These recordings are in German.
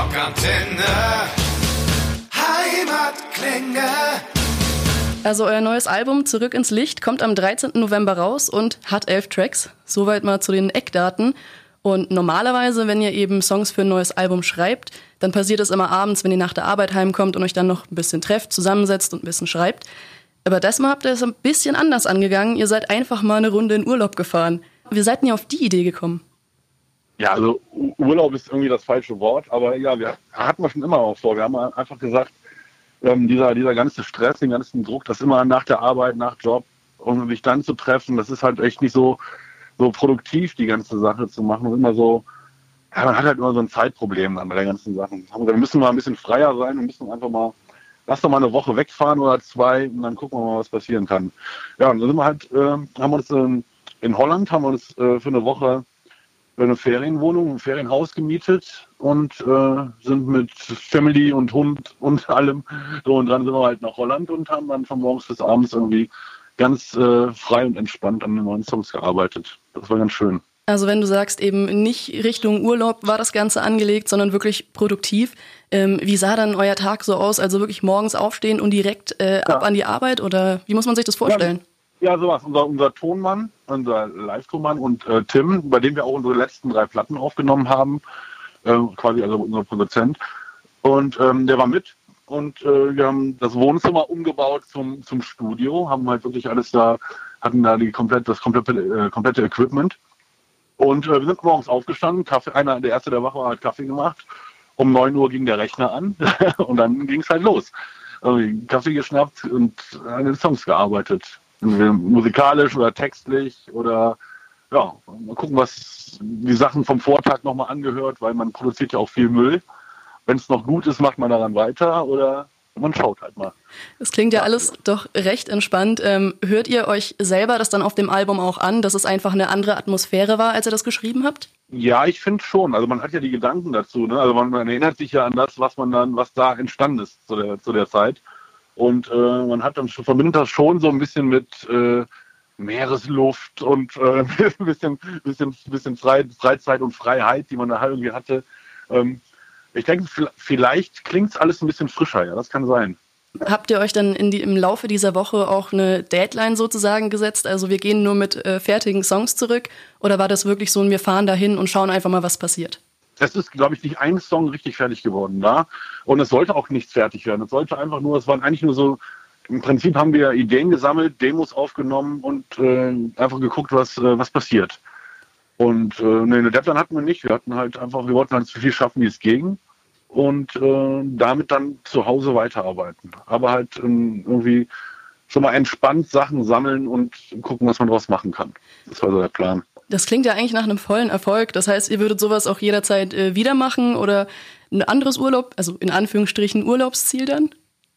Rockantenne Heimatklänge. Also euer neues Album Zurück ins Licht kommt am 13. November raus und hat 11 Tracks. Soweit mal zu den Eckdaten. Und normalerweise, wenn ihr eben Songs für ein neues Album schreibt, dann passiert es immer abends, wenn ihr nach der Arbeit heimkommt und euch dann noch ein bisschen trefft, zusammensetzt und ein bisschen schreibt. Aber das Mal habt ihr es ein bisschen anders angegangen. Ihr seid einfach mal eine Runde in Urlaub gefahren. Wie seid denn ihr auf die Idee gekommen? Ja, also Urlaub ist irgendwie das falsche Wort, aber ja, hatten wir schon immer auch vor. Wir haben einfach gesagt, dieser ganze Stress, den ganzen Druck, das immer nach der Arbeit, nach Job, um sich dann zu treffen, das ist halt echt nicht so produktiv, die ganze Sache zu machen. Und immer so, ja, man hat halt immer so ein Zeitproblem dann bei der ganzen Sachen. Wir müssen mal ein bisschen freier sein, wir müssen einfach mal, lass doch mal eine Woche wegfahren oder 2 und dann gucken wir mal, was passieren kann. Ja, und dann sind wir halt, haben wir uns in Holland, haben wir uns für eine Woche eine Ferienwohnung, ein Ferienhaus gemietet und sind mit Family und Hund und allem so und dann sind wir halt nach Holland und haben dann von morgens bis abends irgendwie ganz frei und entspannt an den neuen Songs gearbeitet. Das war ganz schön. Also wenn du sagst, eben nicht Richtung Urlaub war das Ganze angelegt, sondern wirklich produktiv. Wie sah dann euer Tag so aus? Also wirklich morgens aufstehen und direkt ab an die Arbeit oder wie muss man sich das vorstellen? Ja, sowas. Unser Tonmann, unser Live-Tonmann und Tim, bei dem wir auch unsere letzten 3 Platten aufgenommen haben, quasi also unser Produzent. Und der war mit. Und wir haben das Wohnzimmer umgebaut zum Studio, haben halt wirklich alles da, hatten da das komplette Equipment. Und wir sind morgens aufgestanden, der Erste, der wach war, hat Kaffee gemacht. Um 9 Uhr ging der Rechner an und dann ging es halt los. Also Kaffee geschnappt und an den Songs gearbeitet. Musikalisch oder textlich oder ja, mal gucken, was die Sachen vom Vortag nochmal angehört, weil man produziert ja auch viel Müll. Wenn es noch gut ist, macht man daran weiter oder man schaut halt mal. Das klingt ja alles doch recht entspannt. Hört ihr euch selber das dann auf dem Album auch an, dass es einfach eine andere Atmosphäre war, als ihr das geschrieben habt? Ja, ich finde schon. Also man hat ja die Gedanken dazu. Ne? Also man erinnert sich ja an das, was da entstanden ist zu der Zeit. Und man hat dann verbindet das schon so ein bisschen mit Meeresluft und ein bisschen Freizeit und Freiheit, die man da halt irgendwie hatte. Ich denke, vielleicht klingt es alles ein bisschen frischer, ja, das kann sein. Habt ihr euch dann im Laufe dieser Woche auch eine Deadline sozusagen gesetzt? Also wir gehen nur mit fertigen Songs zurück? Oder war das wirklich so, wir fahren dahin und schauen einfach mal, was passiert? Es ist, glaube ich, nicht ein Song richtig fertig geworden da. Und es sollte auch nichts fertig werden. Es waren eigentlich nur so, im Prinzip haben wir Ideen gesammelt, Demos aufgenommen und einfach geguckt, was passiert. Und eine Deadline hatten wir nicht. Wir wollten halt so viel schaffen, wie es ging. Und damit dann zu Hause weiterarbeiten. Aber halt irgendwie schon mal entspannt Sachen sammeln und gucken, was man daraus machen kann. Das war so der Plan. Das klingt ja eigentlich nach einem vollen Erfolg. Das heißt, ihr würdet sowas auch jederzeit wieder machen oder ein anderes also in Anführungsstrichen Urlaubsziel dann?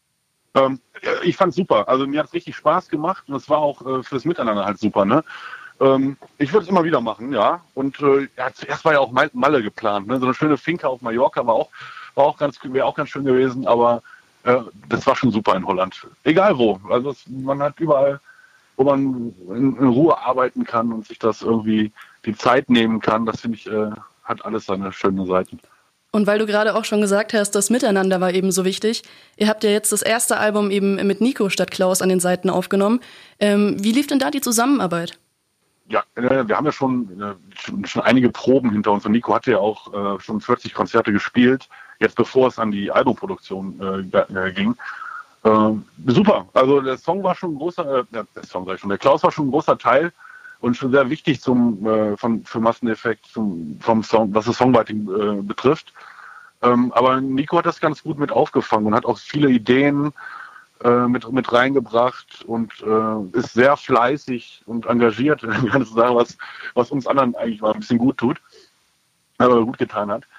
Ich fand's super. Also mir hat's richtig Spaß gemacht und es war auch fürs Miteinander halt super, ne? Ich würde es immer wieder machen, ja. Und zuerst war ja auch Malle geplant, ne? So eine schöne Finca auf Mallorca wäre auch ganz schön gewesen, aber das war schon super in Holland. Egal wo. Also man hat überall, wo man in Ruhe arbeiten kann und sich das irgendwie die Zeit nehmen kann, das finde ich, hat alles seine schönen Seiten. Und weil du gerade auch schon gesagt hast, das Miteinander war eben so wichtig. Ihr habt ja jetzt das erste Album eben mit Nico statt Klaus an den Seiten aufgenommen. Wie lief denn da die Zusammenarbeit? Ja, wir haben ja schon einige Proben hinter uns und Nico hatte ja auch schon 40 Konzerte gespielt, jetzt bevor es an die Albumproduktion ging. Super, also der Song war schon ein großer, der Klaus war schon ein großer Teil und schon sehr wichtig für Masseneffekt, vom Song, was das Songwriting betrifft. Aber Nico hat das ganz gut mit aufgefangen und hat auch viele Ideen mit reingebracht und ist sehr fleißig und engagiert in der ganzen Sache, was uns anderen eigentlich mal ein bisschen gut tut, gut getan hat.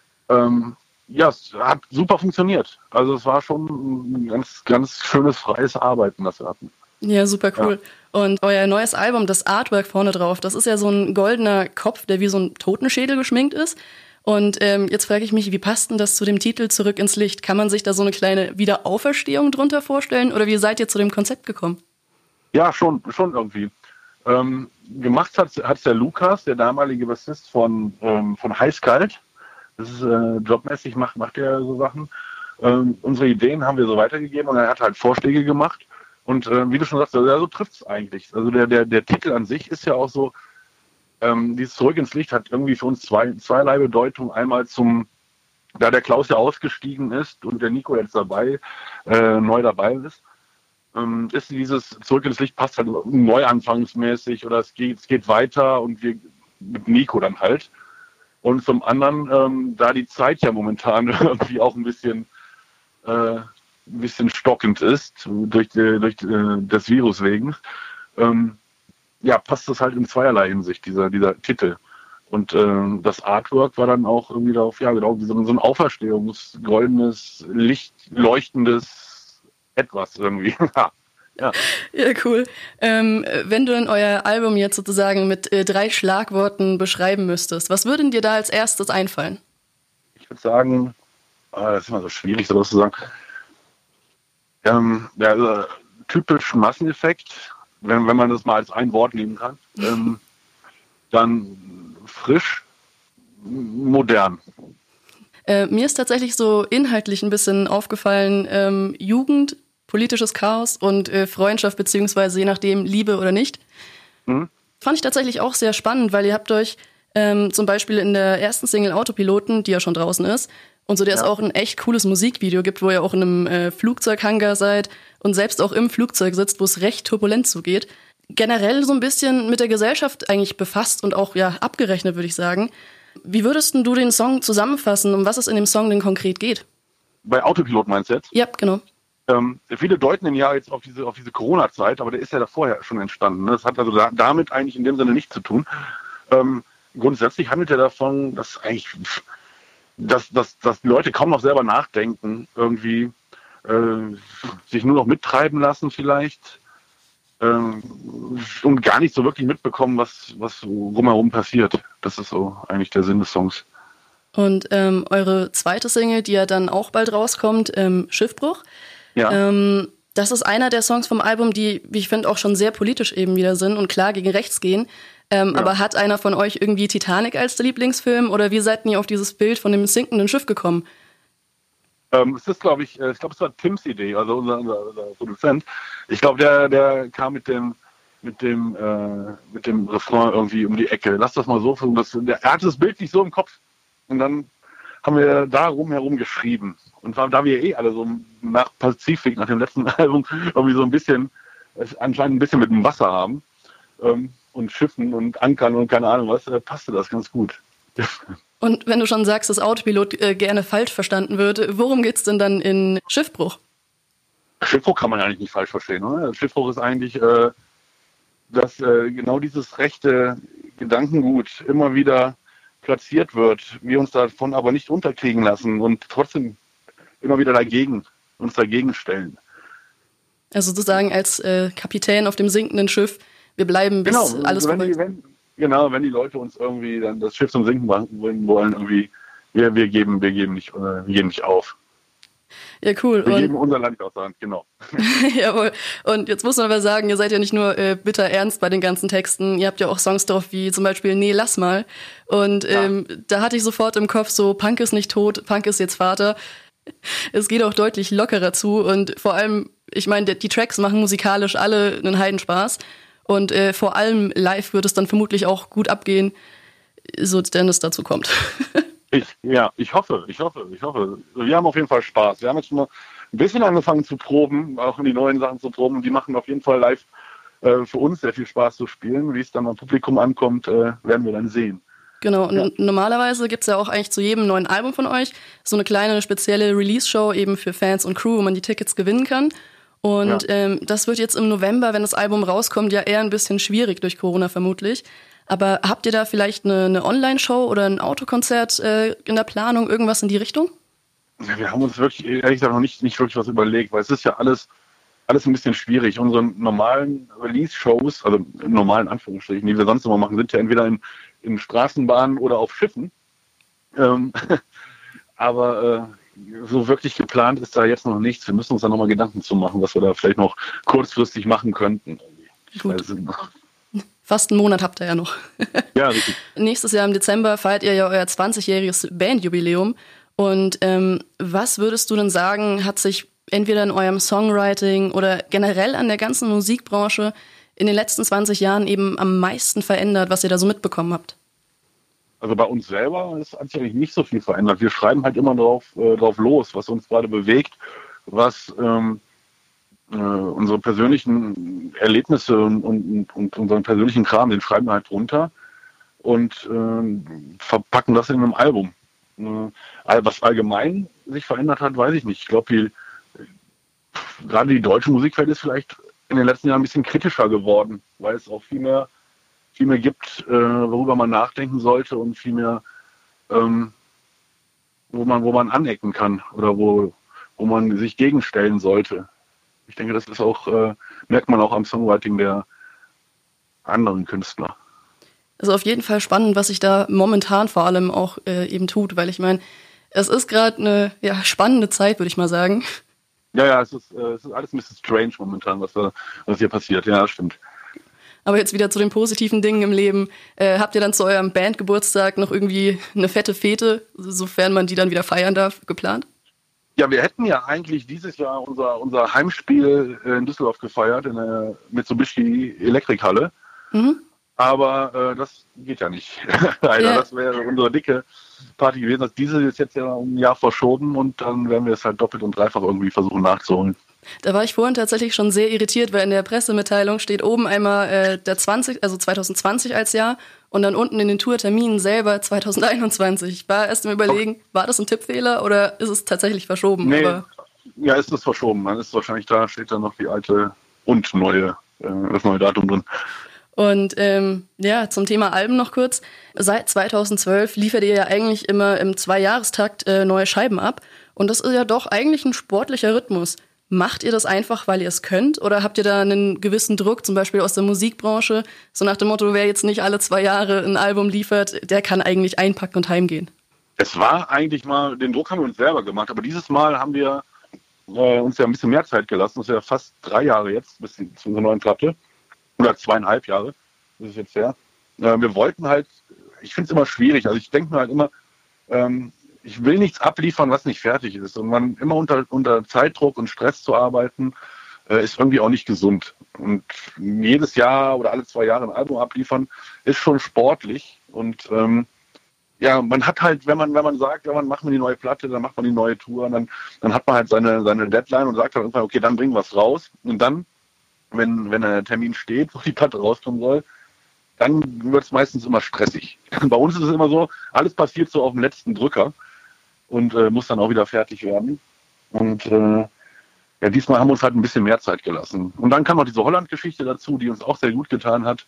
Ja, es hat super funktioniert. Also es war schon ein ganz, ganz schönes, freies Arbeiten, das wir hatten. Ja, super cool. Ja. Und euer neues Album, das Artwork vorne drauf, das ist ja so ein goldener Kopf, der wie so ein Totenschädel geschminkt ist. Und jetzt frage ich mich, wie passt denn das zu dem Titel Zurück ins Licht? Kann man sich da so eine kleine Wiederauferstehung drunter vorstellen? Oder wie seid ihr zu dem Konzept gekommen? Ja, schon irgendwie. Gemacht hat's der Lukas, der damalige Bassist von Heißkalt. Das ist jobmäßig, macht er so Sachen. Unsere Ideen haben wir so weitergegeben und er hat halt Vorschläge gemacht. Und wie du schon sagst, also, so trifft es eigentlich. Also der Titel an sich ist ja auch so, dieses Zurück ins Licht hat irgendwie für uns zweierlei Bedeutung. Einmal da der Klaus ja ausgestiegen ist und der Nico jetzt neu dabei ist dieses Zurück ins Licht passt halt neuanfangsmäßig oder es geht weiter und wir mit Nico dann halt. Und zum anderen, da die Zeit ja momentan irgendwie auch ein bisschen stockend ist, durch des Virus wegen, passt das halt in zweierlei Hinsicht, dieser Titel. Und das Artwork war dann auch irgendwie darauf, ja genau, wie so ein auferstehungsgoldenes, Licht, leuchtendes Etwas irgendwie. Ja. Ja, cool. Wenn du dann euer Album jetzt sozusagen mit 3 Schlagworten beschreiben müsstest, was würde dir da als erstes einfallen? Ich würde sagen, das ist immer so schwierig, sowas zu sagen. Also, typisch Masseneffekt, wenn man das mal als ein Wort nehmen kann. Dann frisch, modern. Mir ist tatsächlich so inhaltlich ein bisschen aufgefallen, Jugend, politisches Chaos und Freundschaft beziehungsweise je nachdem Liebe oder nicht. Fand ich tatsächlich auch sehr spannend, weil ihr habt euch zum Beispiel in der ersten Single Autopiloten, die ja schon draußen ist, und so der es auch ein echt cooles Musikvideo gibt, wo ihr auch in einem Flugzeughangar seid und selbst auch im Flugzeug sitzt, wo es recht turbulent zugeht. Generell so ein bisschen mit der Gesellschaft eigentlich befasst und auch abgerechnet, würde ich sagen. Wie würdest du den Song zusammenfassen, um was es in dem Song denn konkret geht? Bei Autopilot meinst du jetzt? Ja, genau. Viele deuten den ja jetzt auf diese Corona-Zeit, aber der ist ja davor ja schon entstanden. Ne? Das hat also damit eigentlich in dem Sinne nichts zu tun. Grundsätzlich handelt er davon, dass die Leute kaum noch selber nachdenken, irgendwie sich nur noch mittreiben lassen vielleicht und gar nicht so wirklich mitbekommen, was drumherum passiert. Das ist so eigentlich der Sinn des Songs. Und eure zweite Single, die ja dann auch bald rauskommt, Schiffbruch, das ist einer der Songs vom Album, die, wie ich finde, auch schon sehr politisch eben wieder sind und klar gegen rechts gehen. Aber hat einer von euch irgendwie Titanic als der Lieblingsfilm oder wie seid ihr auf dieses Bild von dem sinkenden Schiff gekommen? Es ist, glaube ich, es war Tims Idee, also unser Produzent. Ich glaube, der kam mit dem Refrain irgendwie um die Ecke. Lass das mal so, er hatte das Bild nicht so im Kopf. Und dann haben wir da herum geschrieben. Und da wir alle so nach Pazifik, nach dem letzten Album, irgendwie so anscheinend ein bisschen mit dem Wasser haben und Schiffen und Ankern und keine Ahnung was, passte das ganz gut. Und wenn du schon sagst, dass Autopilot gerne falsch verstanden wird, worum geht's denn dann in Schiffbruch? Schiffbruch kann man eigentlich nicht falsch verstehen. Oder? Schiffbruch ist eigentlich, dass genau dieses rechte Gedankengut immer wieder platziert wird, wir uns davon aber nicht unterkriegen lassen und trotzdem immer wieder uns dagegen stellen. Also sozusagen als Kapitän auf dem sinkenden Schiff, wir bleiben bis alles vorbei ist. Wenn die Leute uns irgendwie dann das Schiff zum Sinken bringen wollen, irgendwie, wir geben nicht auf. Ja, cool. Wir geben unser Land aus der Hand, genau. Jawohl. Und jetzt muss man aber sagen, ihr seid ja nicht nur bitter ernst bei den ganzen Texten, ihr habt ja auch Songs drauf wie zum Beispiel Nee, lass mal. Und da hatte ich sofort im Kopf so, Punk ist nicht tot, Punk ist jetzt Vater. Es geht auch deutlich lockerer zu und vor allem, ich meine, die Tracks machen musikalisch alle einen Heidenspaß und vor allem live wird es dann vermutlich auch gut abgehen, so denn es dazu kommt. Ich hoffe. Wir haben auf jeden Fall Spaß. Wir haben jetzt schon mal ein bisschen angefangen zu proben, auch in die neuen Sachen zu proben. Die machen auf jeden Fall live für uns sehr viel Spaß zu spielen. Wie es dann am Publikum ankommt, werden wir dann sehen. Genau, und normalerweise gibt's ja auch eigentlich zu jedem neuen Album von euch so eine kleine spezielle Release-Show eben für Fans und Crew, wo man die Tickets gewinnen kann. Und das wird jetzt im November, wenn das Album rauskommt, ja eher ein bisschen schwierig durch Corona vermutlich. Aber habt ihr da vielleicht eine Online-Show oder ein Autokonzert in der Planung, irgendwas in die Richtung? Ja, wir haben uns wirklich, ehrlich gesagt, noch nicht wirklich was überlegt, weil es ist ja alles ein bisschen schwierig. Unsere normalen Release-Shows, also in normalen Anführungsstrichen, die wir sonst immer machen, sind ja entweder in Straßenbahnen oder auf Schiffen. Aber so wirklich geplant ist da jetzt noch nichts. Wir müssen uns da nochmal Gedanken zu machen, was wir da vielleicht noch kurzfristig machen könnten. Gut. Fast einen Monat habt ihr ja noch. Ja, richtig. Nächstes Jahr im Dezember feiert ihr ja euer 20-jähriges Bandjubiläum. Und was würdest du denn sagen, hat sich entweder in eurem Songwriting oder generell an der ganzen Musikbranche in den letzten 20 Jahren eben am meisten verändert, was ihr da so mitbekommen habt? Also bei uns selber ist eigentlich nicht so viel verändert. Wir schreiben halt immer drauf los, was uns gerade bewegt, was unsere persönlichen Erlebnisse und unseren persönlichen Kram, den schreiben wir halt runter und verpacken das in einem Album. Was allgemein sich verändert hat, weiß ich nicht. Ich glaube, gerade die deutsche Musikwelt ist vielleicht in den letzten Jahren ein bisschen kritischer geworden, weil es auch viel mehr gibt, worüber man nachdenken sollte und viel mehr, wo man anecken kann oder wo man sich gegenstellen sollte. Ich denke, das ist auch, merkt man auch am Songwriting der anderen Künstler. Also auf jeden Fall spannend, was sich da momentan vor allem auch eben tut, weil ich meine, es ist gerade eine spannende Zeit, würde ich mal sagen. Ja, es ist alles ein bisschen strange momentan, was hier passiert. Ja, das stimmt. Aber jetzt wieder zu den positiven Dingen im Leben. Habt ihr dann zu eurem Bandgeburtstag noch irgendwie eine fette Fete, sofern man die dann wieder feiern darf, geplant? Ja, wir hätten ja eigentlich dieses Jahr unser Heimspiel in Düsseldorf gefeiert, in der Mitsubishi Elektrikhalle. Mhm. Aber das geht ja nicht. Leider, ja. Das wäre unsere dicke Party gewesen. Diese ist jetzt ja um ein Jahr verschoben und dann werden wir es halt doppelt und dreifach irgendwie versuchen nachzuholen. Da war ich vorhin tatsächlich schon sehr irritiert, weil in der Pressemitteilung steht oben einmal der 2020 als Jahr und dann unten in den Tourterminen selber 2021. Ich war erst im Überlegen, war das ein Tippfehler oder ist es tatsächlich verschoben? Nee, ja, ist es verschoben. Dann ist wahrscheinlich steht da noch die alte und das neue Datum drin. Und zum Thema Alben noch kurz. Seit 2012 liefert ihr ja eigentlich immer im 2-Jahrestakt neue Scheiben ab. Und das ist ja doch eigentlich ein sportlicher Rhythmus. Macht ihr das einfach, weil ihr es könnt? Oder habt ihr da einen gewissen Druck, zum Beispiel aus der Musikbranche? So nach dem Motto, wer jetzt nicht alle 2 Jahre ein Album liefert, der kann eigentlich einpacken und heimgehen. Es war eigentlich mal, den Druck haben wir uns selber gemacht. Aber dieses Mal haben wir uns ja ein bisschen mehr Zeit gelassen. Das ist ja fast 3 Jahre jetzt bis zu unserer neuen Platte. Oder 2,5 Jahre, das ist jetzt her. Wir wollten halt, ich finde es immer schwierig, also ich denke mir halt immer, ich will nichts abliefern, was nicht fertig ist. Und man immer unter Zeitdruck und Stress zu arbeiten, ist irgendwie auch nicht gesund. Und jedes Jahr oder alle 2 Jahre ein Album abliefern, ist schon sportlich. Und man hat halt, wenn man sagt, machen wir die neue Platte, dann macht man die neue Tour, und dann hat man halt seine Deadline und sagt dann irgendwann, okay, dann bringen wir es raus. Und dann, wenn der Termin steht, wo die Platte rauskommen soll, dann wird es meistens immer stressig. Bei uns ist es immer so, alles passiert so auf dem letzten Drücker und muss dann auch wieder fertig werden. Und diesmal haben wir uns halt ein bisschen mehr Zeit gelassen. Und dann kam noch diese Holland-Geschichte dazu, die uns auch sehr gut getan hat.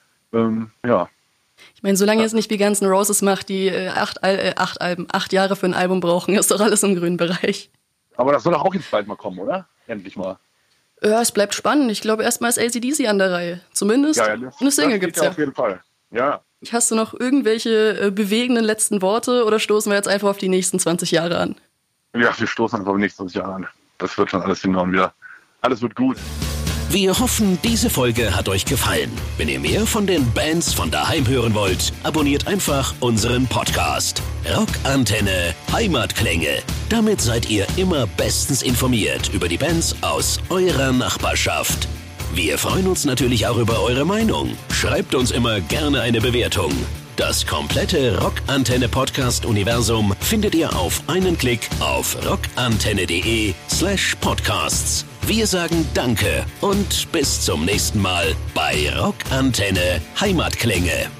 Ich meine, solange es nicht wie Guns N' Roses macht, die 8 Jahre für ein Album brauchen, ist doch alles im grünen Bereich. Aber das soll doch auch jetzt bald mal kommen, oder? Endlich mal. Ja, es bleibt spannend. Ich glaube, erstmal ist AC/DC an der Reihe. Zumindest eine Single gibt's ja. Auf jeden Fall, ja. Hast du noch irgendwelche bewegenden letzten Worte oder stoßen wir jetzt einfach auf die nächsten 20 Jahre an? Ja, wir stoßen einfach auf die nächsten 20 Jahre an. Das wird schon alles hinhauen wieder. Alles wird gut. Wir hoffen, diese Folge hat euch gefallen. Wenn ihr mehr von den Bands von daheim hören wollt, abonniert einfach unseren Podcast. Rockantenne Heimatklänge. Damit seid ihr immer bestens informiert über die Bands aus eurer Nachbarschaft. Wir freuen uns natürlich auch über eure Meinung. Schreibt uns immer gerne eine Bewertung. Das komplette Rockantenne-Podcast-Universum findet ihr auf einen Klick auf rockantenne.de/podcasts. Wir sagen Danke und bis zum nächsten Mal bei Rockantenne Heimatklänge.